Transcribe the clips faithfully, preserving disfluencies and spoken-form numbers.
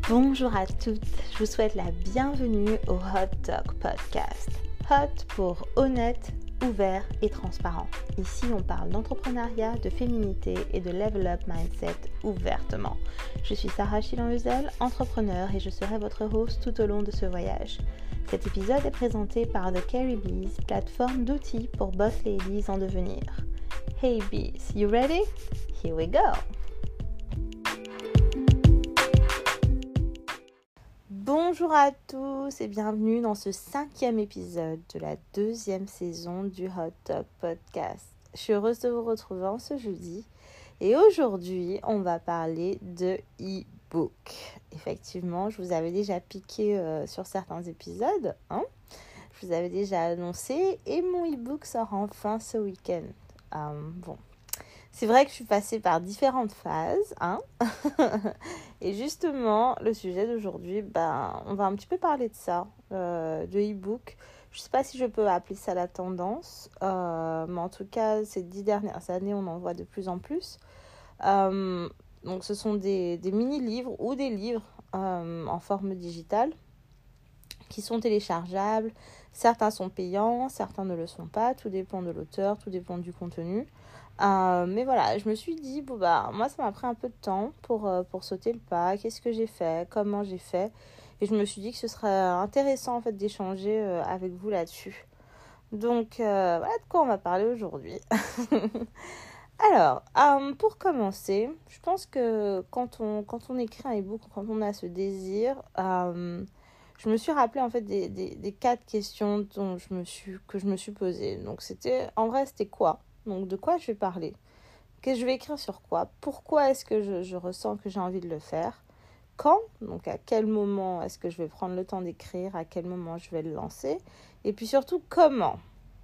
Bonjour à toutes, je vous souhaite la bienvenue au Hot Talk Podcast. Hot pour honnête, ouvert et transparent. Ici, on parle d'entrepreneuriat, de féminité et de level up mindset ouvertement. Je suis Sarah Chilan-Huzel, entrepreneur, et je serai votre host tout au long de ce voyage. Cet épisode est présenté par The Carrie Bees, plateforme d'outils pour boss ladies en devenir. Hey Bees, you ready? Here we go! Bonjour à tous et bienvenue dans ce cinquième épisode de la deuxième saison du Hot Talk Podcast. Je suis heureuse de vous retrouver en ce jeudi et aujourd'hui on va parler de e-book. Effectivement, je vous avais déjà piqué euh, sur certains épisodes, hein. Je vous avais déjà annoncé et mon e-book sort enfin ce week-end. Euh, bon. C'est vrai que je suis passée par différentes phases, hein. Et justement, le sujet d'aujourd'hui, ben, on va un petit peu parler de ça, euh, de e-book. Je ne sais pas si je peux appeler ça la tendance, euh, mais en tout cas, ces dix dernières années, on en voit de plus en plus. Euh, donc, ce sont des, des mini-livres ou des livres euh, en forme digitale qui sont téléchargeables. Certains sont payants, certains ne le sont pas. Tout dépend de l'auteur, tout dépend du contenu. Euh, mais voilà, je me suis dit, bon bah, moi ça m'a pris un peu de temps pour, euh, pour sauter le pas. Qu'est-ce que j'ai fait? Comment j'ai fait? Et je me suis dit que ce serait intéressant en fait d'échanger euh, avec vous là-dessus. Donc euh, voilà de quoi on va parler aujourd'hui. Alors, euh, pour commencer, je pense que quand on, quand on écrit un e-book, quand on a ce désir, euh, je me suis rappelé en fait des, des, des quatre questions dont je me suis, que je me suis posées. Donc c'était, en vrai, c'était quoi? Donc, de quoi je vais parler? Que je vais écrire sur quoi? Pourquoi est-ce que je, je ressens que j'ai envie de le faire? Quand? Donc, à quel moment est-ce que je vais prendre le temps d'écrire? À quel moment je vais le lancer? Et puis surtout, comment?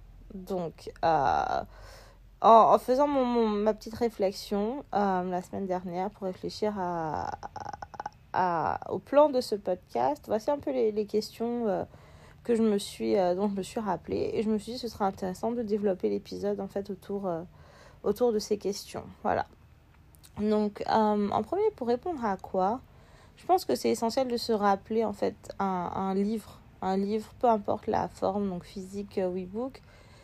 Donc, euh, en, en faisant mon, mon, ma petite réflexion euh, la semaine dernière pour réfléchir à, à, à, au plan de ce podcast, voici un peu les, les questions euh, que je me suis, euh, dont je me suis rappelée. Et je me suis dit que ce serait intéressant de développer l'épisode en fait autour, euh, autour de ces questions. Voilà. Donc, euh, en premier, pour répondre à quoi, je pense que c'est essentiel de se rappeler en fait un, un livre, un livre, peu importe la forme, donc physique ou e-book,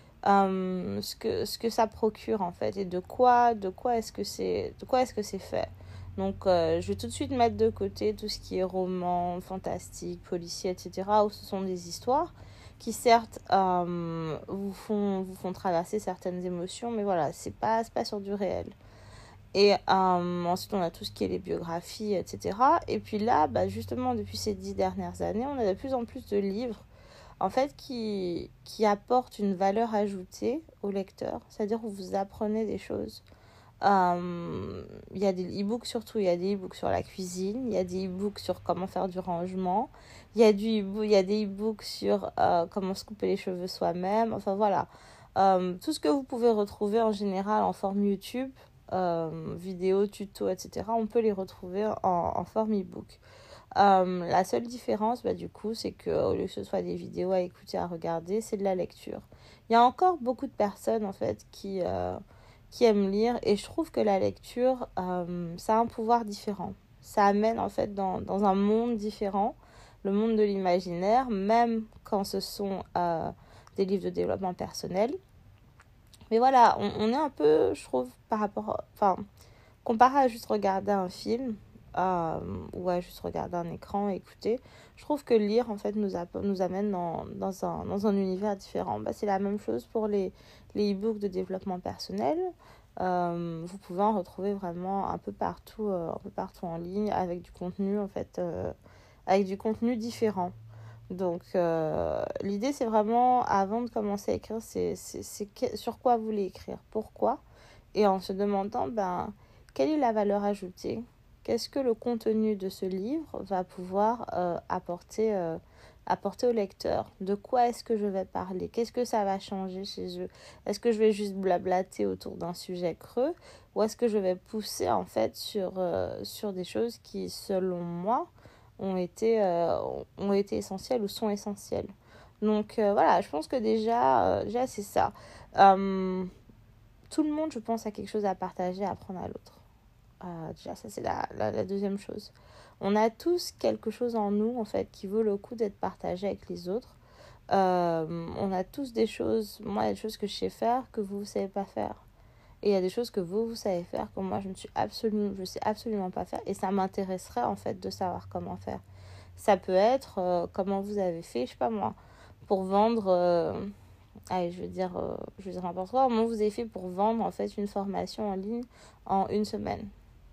euh, ce que ce que ça procure en fait et de quoi, de quoi est-ce que c'est, de quoi est-ce que c'est fait. Donc, euh, je vais tout de suite mettre de côté tout ce qui est roman, fantastique, policier, et cetera, où ce sont des histoires qui, certes, euh, vous, font, vous font traverser certaines émotions, mais voilà, c'est pas, c'est pas sur du réel. Et euh, ensuite, on a tout ce qui est les biographies, et cetera. Et puis là, bah, justement, depuis ces dix dernières années, on a de plus en plus de livres, en fait, qui, qui apportent une valeur ajoutée au lecteur. C'est-à-dire où vous apprenez des choses. Il euh, y a des e-books surtout, il y a des e-books sur la cuisine, il y a des e-books sur comment faire du rangement, il y a du e-book, y a des e-books sur euh, comment se couper les cheveux soi-même, enfin voilà. Euh, tout ce que vous pouvez retrouver en général en forme YouTube, euh, vidéo, tuto, et cetera, on peut les retrouver en, en forme e-book. Euh, la seule différence, bah, du coup, c'est qu'au lieu que ce soit des vidéos à écouter, à regarder, c'est de la lecture. Il y a encore beaucoup de personnes, en fait, qui... Euh, qui aiment lire, et je trouve que la lecture, euh, ça a un pouvoir différent. Ça amène en fait dans, dans un monde différent, le monde de l'imaginaire, même quand ce sont euh, des livres de développement personnel. Mais voilà, on, on est un peu, je trouve, par rapport, enfin, comparé à juste regarder un film, euh, ou à juste regarder un écran et écouter, je trouve que lire en fait nous, a, nous amène dans, dans, un, dans un univers différent. Bah, c'est la même chose pour les, les e-books de développement personnel. Euh, vous pouvez en retrouver vraiment un peu partout, euh, un peu partout en ligne avec du contenu en fait, euh, avec du contenu différent. Donc euh, l'idée c'est vraiment, avant de commencer à écrire, c'est, c'est, c'est que, sur quoi vous voulez écrire, pourquoi, et en se demandant ben quelle est la valeur ajoutée, qu'est-ce que le contenu de ce livre va pouvoir euh, apporter, euh, apporter au lecteur, de quoi est-ce que je vais parler, qu'est-ce que ça va changer chez eux, est-ce que je vais juste blablater autour d'un sujet creux, ou est-ce que je vais pousser en fait sur, euh, sur des choses qui selon moi ont été, euh, ont été essentielles ou sont essentielles. Donc euh, voilà, je pense que déjà, euh, déjà c'est ça. Euh, tout le monde, je pense, a quelque chose à partager, à apprendre à l'autre. Euh, déjà, ça, c'est la, la, la deuxième chose. On a tous quelque chose en nous, en fait, qui vaut le coup d'être partagé avec les autres. Euh, on a tous des choses, moi, il y a des choses que je sais faire que vous ne savez pas faire. Et il y a des choses que vous, vous savez faire que moi, je ne suis absolument, je sais absolument pas faire. Et ça m'intéresserait, en fait, de savoir comment faire. Ça peut être euh, comment vous avez fait, je sais pas moi, pour vendre... Euh, allez, je veux dire, euh, je veux dire n'importe quoi. Comment vous avez fait pour vendre, en fait, une formation en ligne en une semaine,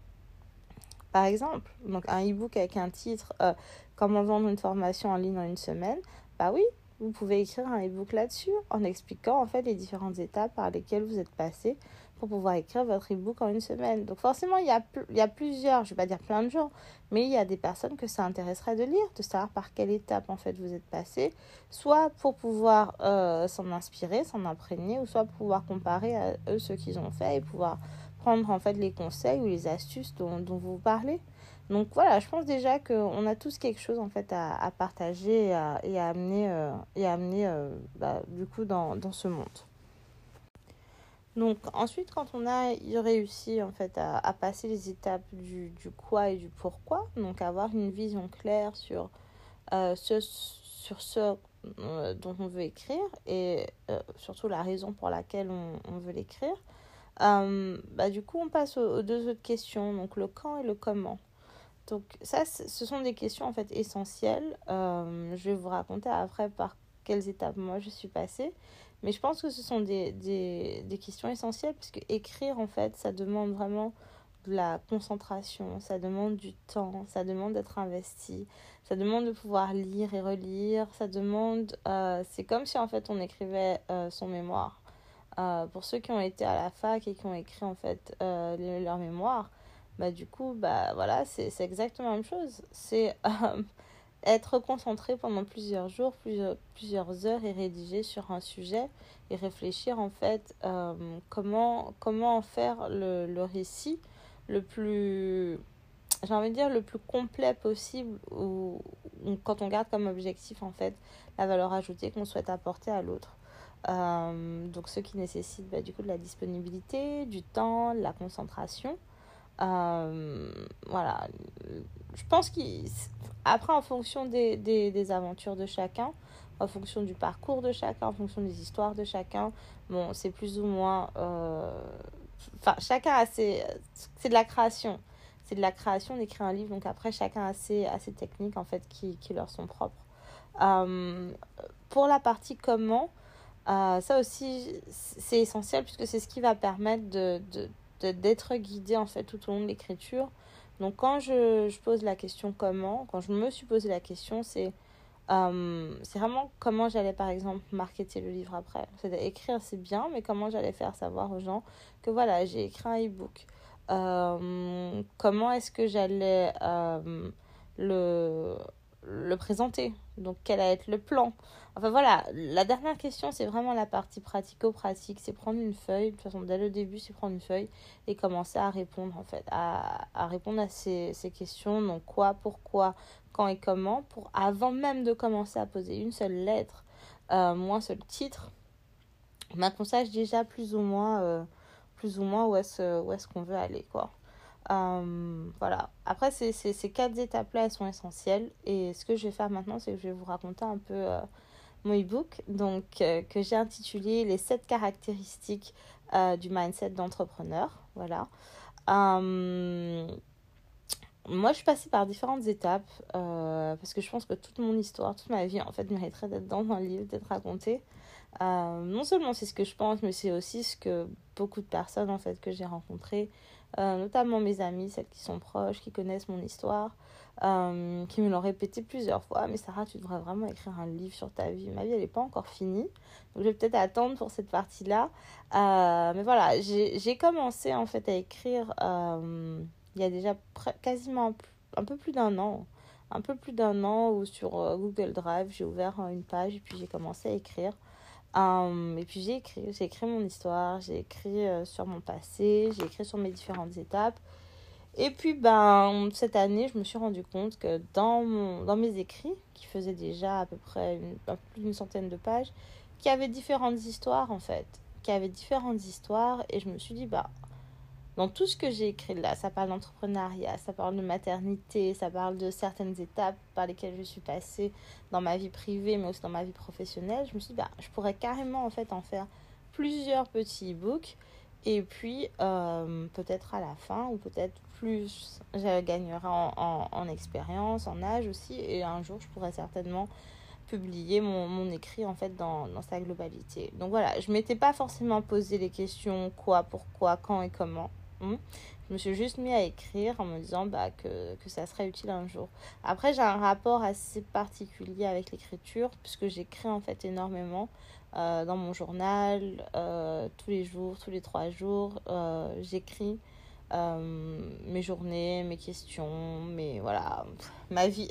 par exemple. Donc, un e-book avec un titre euh, comment vendre une formation en ligne en une semaine. Bah oui, vous pouvez écrire un e-book là-dessus en expliquant en fait les différentes étapes par lesquelles vous êtes passé pour pouvoir écrire votre e-book en une semaine. Donc forcément, il y a, il y a plusieurs, je ne vais pas dire plein de gens, mais il y a des personnes que ça intéresserait de lire, de savoir par quelle étape en fait vous êtes passé, soit pour pouvoir euh, s'en inspirer, s'en imprégner, ou soit pour pouvoir comparer à eux ce qu'ils ont fait et pouvoir prendre en fait les conseils ou les astuces dont, dont vous parlez. Donc voilà, je pense déjà qu'on a tous quelque chose en fait à, à partager et à, et à amener, euh, et à amener euh, bah, du coup dans, dans ce monde. Donc ensuite, quand on a réussi en fait à, à passer les étapes du, du quoi et du pourquoi, donc avoir une vision claire sur euh, ce, sur ce euh, dont on veut écrire et euh, surtout la raison pour laquelle on, on veut l'écrire, euh, bah, du coup on passe aux, aux deux autres questions, donc le quand et le comment. Donc ça, ce sont des questions en fait essentielles. Euh, je vais vous raconter après par quelles étapes moi je suis passée. Mais je pense que ce sont des, des, des questions essentielles parce que écrire en fait, ça demande vraiment de la concentration, ça demande du temps, ça demande d'être investi, ça demande de pouvoir lire et relire, ça demande... Euh, c'est comme si en fait on écrivait euh, son mémoire. Euh, pour ceux qui ont été à la fac et qui ont écrit en fait euh, leur mémoire, bah du coup bah voilà c'est, c'est exactement la même chose, c'est euh, être concentré pendant plusieurs jours, plusieurs, plusieurs heures et rédiger sur un sujet et réfléchir en fait euh, comment, comment en faire le, le récit le plus, j'ai envie de dire le plus complet possible, ou, ou quand on garde comme objectif en fait la valeur ajoutée qu'on souhaite apporter à l'autre. Euh, donc ce qui nécessite bah, du coup de la disponibilité, du temps, de la concentration. Euh, voilà. Je pense qu'après, en fonction des, des, des aventures de chacun, en fonction du parcours de chacun, en fonction des histoires de chacun, bon, c'est plus ou moins... Euh... Enfin, chacun a ses... C'est de la création. C'est de la création d'écrire un livre. Donc après, chacun a ses, a ses techniques, en fait, qui, qui leur sont propres. Euh, pour la partie comment, euh, ça aussi, c'est essentiel puisque c'est ce qui va permettre de... de d'être guidée en fait tout au long de l'écriture. Donc quand je, je pose la question comment, quand je me suis posé la question, c'est euh, c'est vraiment comment j'allais par exemple marketer le livre après. C'est écrire c'est bien, mais comment j'allais faire savoir aux gens que voilà, j'ai écrit un e-book. Euh, comment est-ce que j'allais euh, le, le présenter, donc quel allait être le plan. Enfin voilà, la dernière question, c'est vraiment la partie pratico-pratique. C'est prendre une feuille, de toute façon, dès le début, c'est prendre une feuille et commencer à répondre, en fait, à, à répondre à ces, ces questions. Donc, quoi, pourquoi, quand et comment, pour avant même de commencer à poser une seule lettre, euh, ou un seul titre, ben, qu'on sache déjà plus ou moins, euh, plus ou moins où est-ce, où est-ce qu'on veut aller, quoi. Euh, voilà. Après, ces, ces, ces quatre étapes-là, elles sont essentielles. Et ce que je vais faire maintenant, c'est que je vais vous raconter un peu... Euh, mon e-book, donc, euh, que j'ai intitulé Les sept caractéristiques euh, du mindset d'entrepreneur. Voilà. Euh, moi, je suis passée par différentes étapes euh, parce que je pense que toute mon histoire, toute ma vie, en fait, mériterait d'être dans un livre, d'être racontée. Euh, non seulement c'est ce que je pense, mais c'est aussi ce que beaucoup de personnes, en fait, que j'ai rencontrées, euh, notamment mes amies, celles qui sont proches, qui connaissent mon histoire, euh, qui me l'ont répété plusieurs fois. Mais Sarah, tu devrais vraiment écrire un livre sur ta vie. Ma vie, elle n'est pas encore finie. Donc, je vais peut-être attendre pour cette partie-là. Euh, mais voilà, j'ai, j'ai commencé, en fait, à écrire euh, il y a déjà près, quasiment un, un peu plus d'un an. Un peu plus d'un an où sur euh, Google Drive, j'ai ouvert euh, une page et puis j'ai commencé à écrire. Um, et puis j'ai écrit, j'ai écrit mon histoire, j'ai écrit euh, sur mon passé, j'ai écrit sur mes différentes étapes. Et puis ben, cette année, je me suis rendu compte que dans, mon, dans mes écrits, qui faisaient déjà à peu près une, un peu plus d'une centaine de pages, qu'il y avait différentes histoires en fait. Qu'il y avait différentes histoires et je me suis dit, bah, dans tout ce que j'ai écrit là, ça parle d'entrepreneuriat, ça parle de maternité, ça parle de certaines étapes par lesquelles je suis passée dans ma vie privée, mais aussi dans ma vie professionnelle. Je me suis dit, bah, je pourrais carrément en fait en faire plusieurs petits e-books. Et puis, euh, peut-être à la fin, ou peut-être plus, je gagnerai en, en, en expérience, en âge aussi. Et un jour, je pourrais certainement publier mon, mon écrit en fait dans, dans sa globalité. Donc voilà, je ne m'étais pas forcément posé les questions quoi, pourquoi, quand et comment. Hum. Je me suis juste mis à écrire en me disant bah, que, que ça serait utile un jour. Après, j'ai un rapport assez particulier avec l'écriture puisque j'écris en fait énormément euh, dans mon journal, euh, tous les jours, tous les trois jours. Euh, j'écris euh, mes journées, mes questions, mes, voilà, ma vie.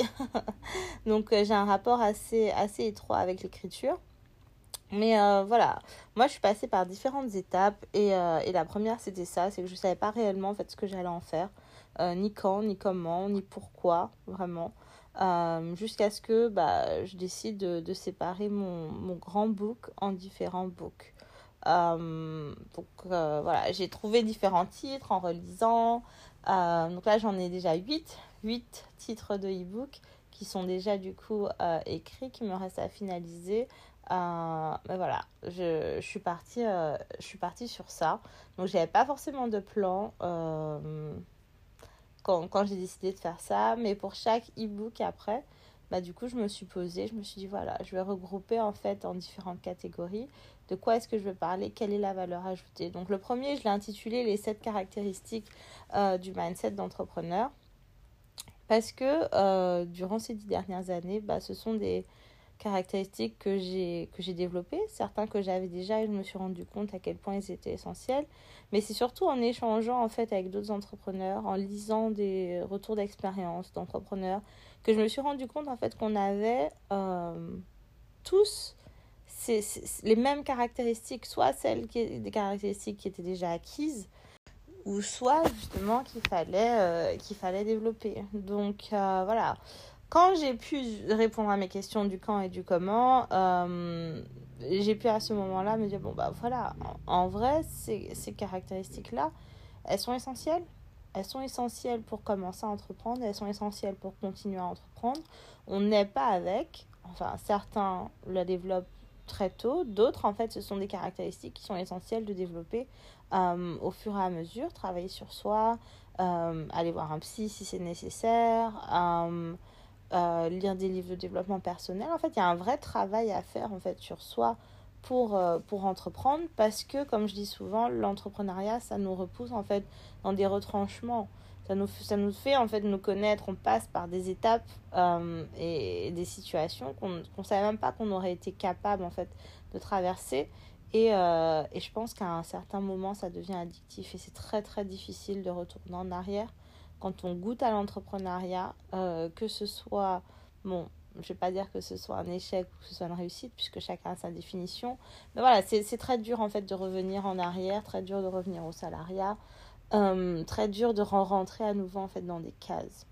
Donc euh, j'ai un rapport assez, assez étroit avec l'écriture. Mais euh, voilà, moi je suis passée par différentes étapes et, euh, et la première c'était ça, c'est que je ne savais pas réellement en fait ce que j'allais en faire, euh, ni quand, ni comment, ni pourquoi vraiment, euh, jusqu'à ce que bah, je décide de, de séparer mon, mon grand book en différents books. Euh, donc euh, voilà, j'ai trouvé différents titres en relisant, euh, donc là j'en ai déjà huit huit titres de e-book qui sont déjà du coup euh, écrits, qui me restent à finaliser. Euh, mais voilà, je, je, suis partie, euh, je suis partie sur ça. Donc, j'avais pas forcément de plan euh, quand, quand j'ai décidé de faire ça. Mais pour chaque e-book après, bah, du coup, je me suis posée. Je me suis dit, voilà, je vais regrouper en fait en différentes catégories. De quoi est-ce que je veux parler? Quelle est la valeur ajoutée? Donc, le premier, je l'ai intitulé les sept caractéristiques euh, du mindset d'entrepreneur. Parce que euh, durant ces dix dernières années, bah, ce sont des caractéristiques que j'ai, que j'ai développées, certains que j'avais déjà et je me suis rendu compte à quel point ils étaient essentiels. Mais c'est surtout en échangeant en fait avec d'autres entrepreneurs, en lisant des retours d'expérience d'entrepreneurs, que je me suis rendu compte en fait qu'on avait euh, tous ces, ces, les mêmes caractéristiques, soit celles qui, des caractéristiques qui étaient déjà acquises, ou soit justement qu'il fallait, euh, qu'il fallait développer. Donc euh, voilà. Quand j'ai pu répondre à mes questions du quand et du comment, euh, j'ai pu à ce moment-là me dire, bon bah voilà, en, en vrai, ces, ces caractéristiques-là, elles sont essentielles. Elles sont essentielles pour commencer à entreprendre, elles sont essentielles pour continuer à entreprendre. On n'est pas avec, enfin certains le développent très tôt, d'autres en fait ce sont des caractéristiques qui sont essentielles de développer euh, au fur et à mesure, travailler sur soi, euh, aller voir un psy si c'est nécessaire, euh, euh, lire des livres de développement personnel. En fait, il y a un vrai travail à faire en fait sur soi pour, euh, pour entreprendre parce que, comme je dis souvent, l'entrepreneuriat, ça nous repousse en fait dans des retranchements. Ça nous, ça nous fait en fait nous connaître, on passe par des étapes euh, et, et des situations qu'on ne savait même pas qu'on aurait été capable en fait de traverser. Et, euh, et je pense qu'à un certain moment, ça devient addictif et c'est très très difficile de retourner en arrière quand on goûte à l'entrepreneuriat, euh, que ce soit, bon, je ne vais pas dire que ce soit un échec ou que ce soit une réussite, puisque chacun a sa définition. Mais voilà, c'est, c'est très dur en fait de revenir en arrière, très dur de revenir au salariat, euh, très dur de rentrer à nouveau en fait dans des cases.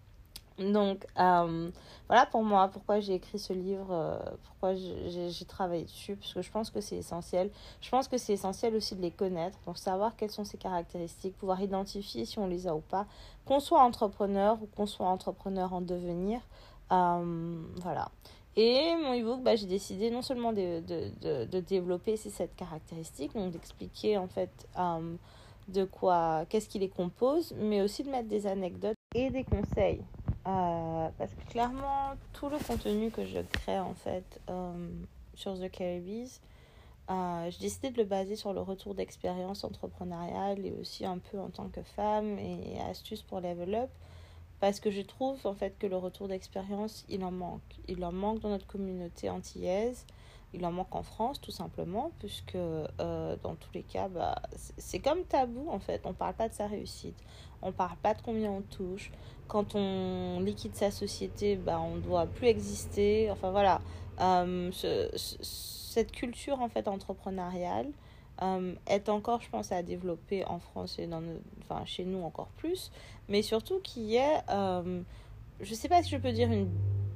Donc euh, voilà pour moi pourquoi j'ai écrit ce livre, euh, pourquoi j'ai, j'ai travaillé dessus, parce que je pense que c'est essentiel. Je pense que c'est essentiel aussi de les connaître, donc savoir quelles sont ces caractéristiques, pouvoir identifier si on les a ou pas, qu'on soit entrepreneur ou qu'on soit entrepreneur en devenir. Euh, voilà. Et mon e-book, bah, j'ai décidé non seulement de, de, de, de développer ces sept caractéristiques, donc d'expliquer en fait euh, de quoi, qu'est-ce qui les compose, mais aussi de mettre des anecdotes et des conseils. Euh, parce que clairement, tout le contenu que je crée en fait euh, sur The Caribbees, euh, j'ai décidé de le baser sur le retour d'expérience entrepreneuriale et aussi un peu en tant que femme et astuces pour level up. Parce que je trouve en fait que le retour d'expérience, il en manque. Il en manque dans notre communauté antillaise. Il en manque en France tout simplement, puisque euh, dans tous les cas, bah, c'est comme tabou en fait. On ne parle pas de sa réussite, on ne parle pas de combien on touche. Quand on liquide sa société, bah, on ne doit plus exister. Enfin voilà, euh, ce, ce, cette culture en fait entrepreneuriale euh, est encore, je pense, à développer en France et dans nos, enfin, chez nous encore plus. Mais surtout qu'il y ait, euh, je ne sais pas si je peux dire une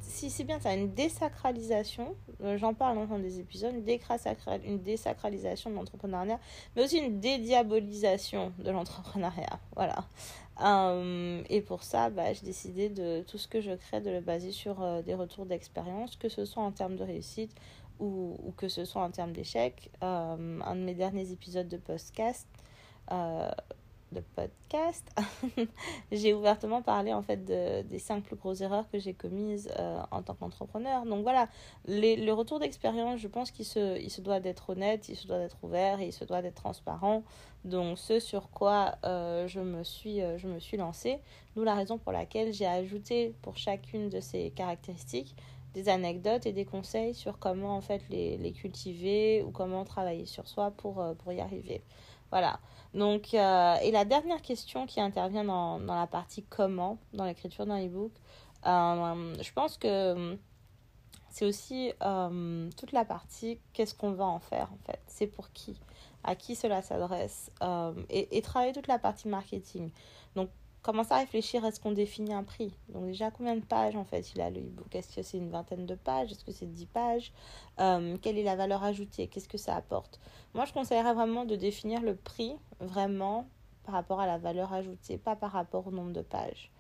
si c'est bien ça, une désacralisation, euh, j'en parle dans un des épisodes, une, décrasacra- une désacralisation de l'entrepreneuriat, mais aussi une dédiabolisation de l'entrepreneuriat, voilà. Euh, et pour ça, bah, j'ai décidé de tout ce que je crée, de le baser sur euh, des retours d'expérience, que ce soit en termes de réussite ou, ou que ce soit en termes d'échec. Euh, un de mes derniers épisodes de podcast, euh, de podcast, j'ai ouvertement parlé en fait de, des cinq plus grosses erreurs que j'ai commises euh, en tant qu'entrepreneur. Donc voilà, les, le retour d'expérience, je pense qu'il se, il se doit d'être honnête, il se doit d'être ouvert et il se doit d'être transparent. Donc ce sur quoi euh, je, me suis, euh, je me suis lancée, d'où la raison pour laquelle j'ai ajouté pour chacune de ces caractéristiques des anecdotes et des conseils sur comment en fait les, les cultiver ou comment travailler sur soi pour, euh, pour y arriver. Voilà. Donc, euh, et la dernière question qui intervient dans, dans la partie comment, dans l'écriture d'un e-book, euh, je pense que c'est aussi euh, toute la partie qu'est-ce qu'on va en faire en fait, c'est pour qui, à qui cela s'adresse, euh, et, et travailler toute la partie marketing. Donc, commencer à réfléchir, est-ce qu'on définit un prix? Donc déjà, combien de pages en fait il a le e-book? Est-ce que c'est une vingtaine de pages? Est-ce que c'est dix pages? euh, Quelle est la valeur ajoutée? Qu'est-ce que ça apporte? Moi, je conseillerais vraiment de définir le prix vraiment par rapport à la valeur ajoutée, pas par rapport au nombre de pages.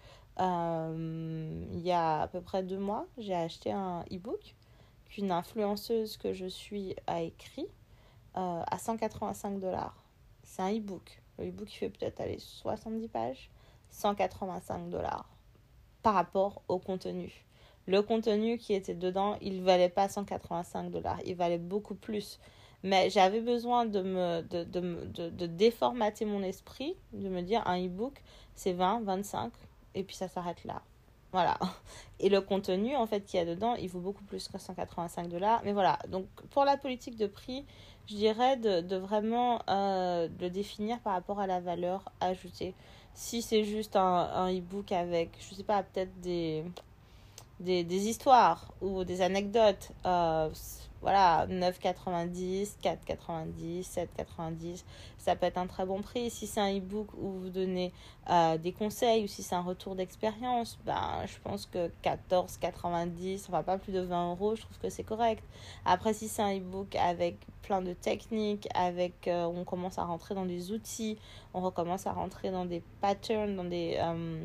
Euh, il y a à peu près deux mois, j'ai acheté un e-book qu'une influenceuse que je suis a écrit euh, à cent quatre-vingt-cinq dollars. C'est un e-book. Le e-book, il fait peut-être aller soixante-dix pages. cent quatre-vingt-cinq dollars par rapport au contenu. Le contenu qui était dedans, il ne valait pas cent quatre-vingt-cinq dollars. Il valait beaucoup plus. Mais j'avais besoin de, me, de, de, de, de déformater mon esprit, de me dire un e-book, c'est vingt, vingt-cinq, et puis ça s'arrête là. Voilà. Et le contenu, en fait, qu'il y a dedans, il vaut beaucoup plus que cent quatre-vingt-cinq dollars. Mais voilà. Donc, pour la politique de prix, je dirais de, de vraiment euh, le définir par rapport à la valeur ajoutée. Si c'est juste un, un e-book avec, je sais pas, peut-être des, des, des histoires ou des anecdotes, euh, voilà, neuf quatre-vingt-dix, quatre quatre-vingt-dix, sept quatre-vingt-dix, ça peut être un très bon prix. Si c'est un e-book où vous donnez euh, des conseils ou si c'est un retour d'expérience, ben, je pense que quatorze quatre-vingt-dix, enfin pas plus de vingt euros, je trouve que c'est correct. Après, si c'est un e-book avec plein de techniques, avec euh, on commence à rentrer dans des outils, on recommence à rentrer dans des patterns, dans des... Euh,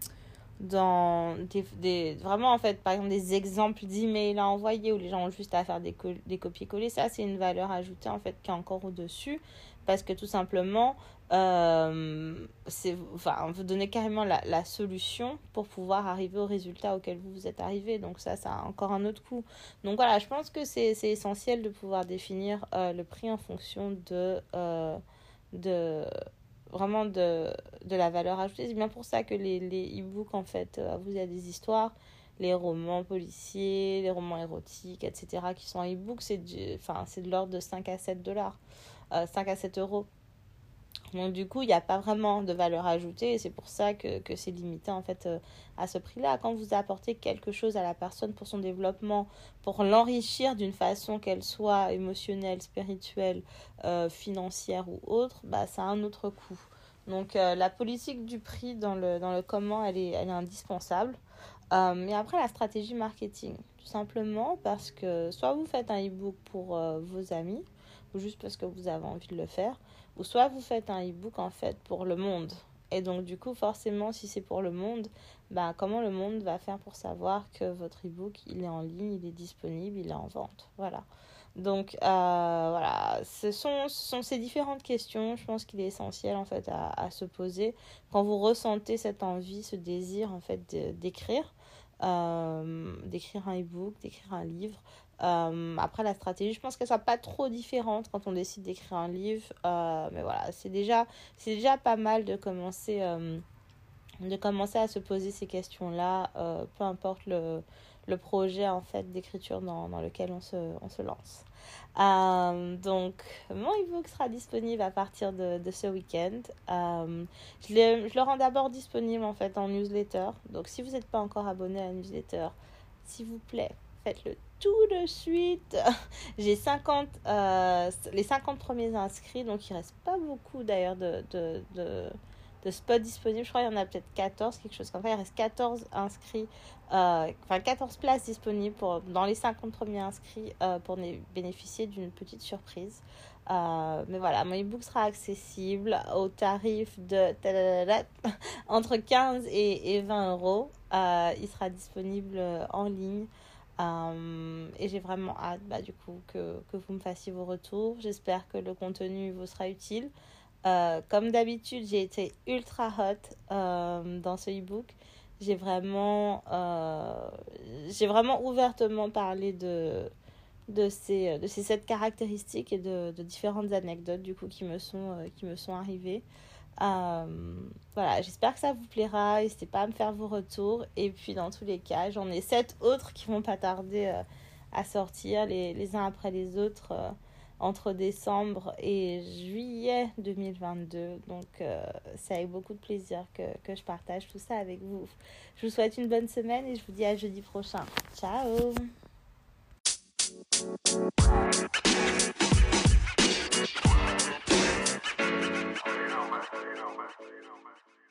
dans des, des vraiment en fait par exemple des exemples d'emails à envoyer où les gens ont juste à faire des, co- des copier-coller, ça c'est une valeur ajoutée en fait qui est encore au dessus parce que tout simplement euh, c'est enfin vous donnez carrément la, la solution pour pouvoir arriver au résultat auquel vous vous êtes arrivé, donc ça ça a encore un autre coût. Donc voilà, je pense que c'est, c'est essentiel de pouvoir définir euh, le prix en fonction de euh, de vraiment de, de la valeur ajoutée. C'est bien pour ça que les, les e-books, en fait, euh, vous, il y a des histoires, les romans policiers, les romans érotiques, et cetera, qui sont en e-book, c'est, du, enfin, c'est de l'ordre de cinq à sept dollars, euh, cinq à sept euros. Donc, du coup, il n'y a pas vraiment de valeur ajoutée et c'est pour ça que, que c'est limité, en fait, euh, à ce prix-là. Quand vous apportez quelque chose à la personne pour son développement, pour l'enrichir d'une façon qu'elle soit émotionnelle, spirituelle, euh, financière ou autre, bah, ça a un autre coût. Donc, euh, la politique du prix dans le, dans le comment, elle est, elle est indispensable. Euh, mais après, la stratégie marketing, tout simplement parce que soit vous faites un e-book pour euh, vos amis, ou juste parce que vous avez envie de le faire, ou soit vous faites un e-book en fait pour le monde. Et donc du coup, forcément, si c'est pour le monde, bah, comment le monde va faire pour savoir que votre e-book, il est en ligne, il est disponible, il est en vente. Voilà. Donc euh, voilà, ce sont, ce sont ces différentes questions, je pense qu'il est essentiel en fait à, à se poser quand vous ressentez cette envie, ce désir en fait de, d'écrire, euh, d'écrire un e-book, d'écrire un livre. Euh, après la stratégie, je pense qu'elle soit pas trop différente quand on décide d'écrire un livre, euh, mais voilà, c'est déjà, c'est déjà pas mal de commencer, euh, de commencer à se poser ces questions-là, euh, peu importe le, le projet en fait d'écriture dans, dans lequel on se, on se lance. Euh, donc, mon e-book sera disponible à partir de, de ce week-end. Euh, je, le, je le rends d'abord disponible en fait en newsletter. Donc, si vous n'êtes pas encore abonné à la newsletter, s'il vous plaît, faites-le tout de suite. J'ai cinquante, euh, les cinquante premiers inscrits, donc il ne reste pas beaucoup d'ailleurs de, de, de, de spots disponibles. Je crois qu'il y en a peut-être quatorze, quelque chose comme ça. Il reste quatorze inscrits, euh, enfin quatorze places disponibles pour, dans les cinquante premiers inscrits euh, pour bénéficier d'une petite surprise. Euh, mais voilà, mon e-book sera accessible au tarif de entre quinze et, et vingt euros. Euh, il sera disponible en ligne. Euh, et j'ai vraiment hâte bah, du coup que, que vous me fassiez vos retours. J'espère que le contenu vous sera utile. Euh, comme d'habitude, j'ai été ultra hot euh, dans ce e-book. J'ai vraiment, euh, j'ai vraiment ouvertement parlé de, de, ces, de ces sept caractéristiques et de, de différentes anecdotes du coup qui me sont, euh, qui me sont arrivées. Euh, voilà, j'espère que ça vous plaira. N'hésitez pas à me faire vos retours. Et puis, dans tous les cas, j'en ai sept autres qui vont pas tarder euh, à sortir les, les uns après les autres euh, entre décembre et juillet deux mille vingt-deux. Donc, euh, c'est avec beaucoup de plaisir que, que je partage tout ça avec vous. Je vous souhaite une bonne semaine et je vous dis à jeudi prochain. Ciao! You know, man. You know, man.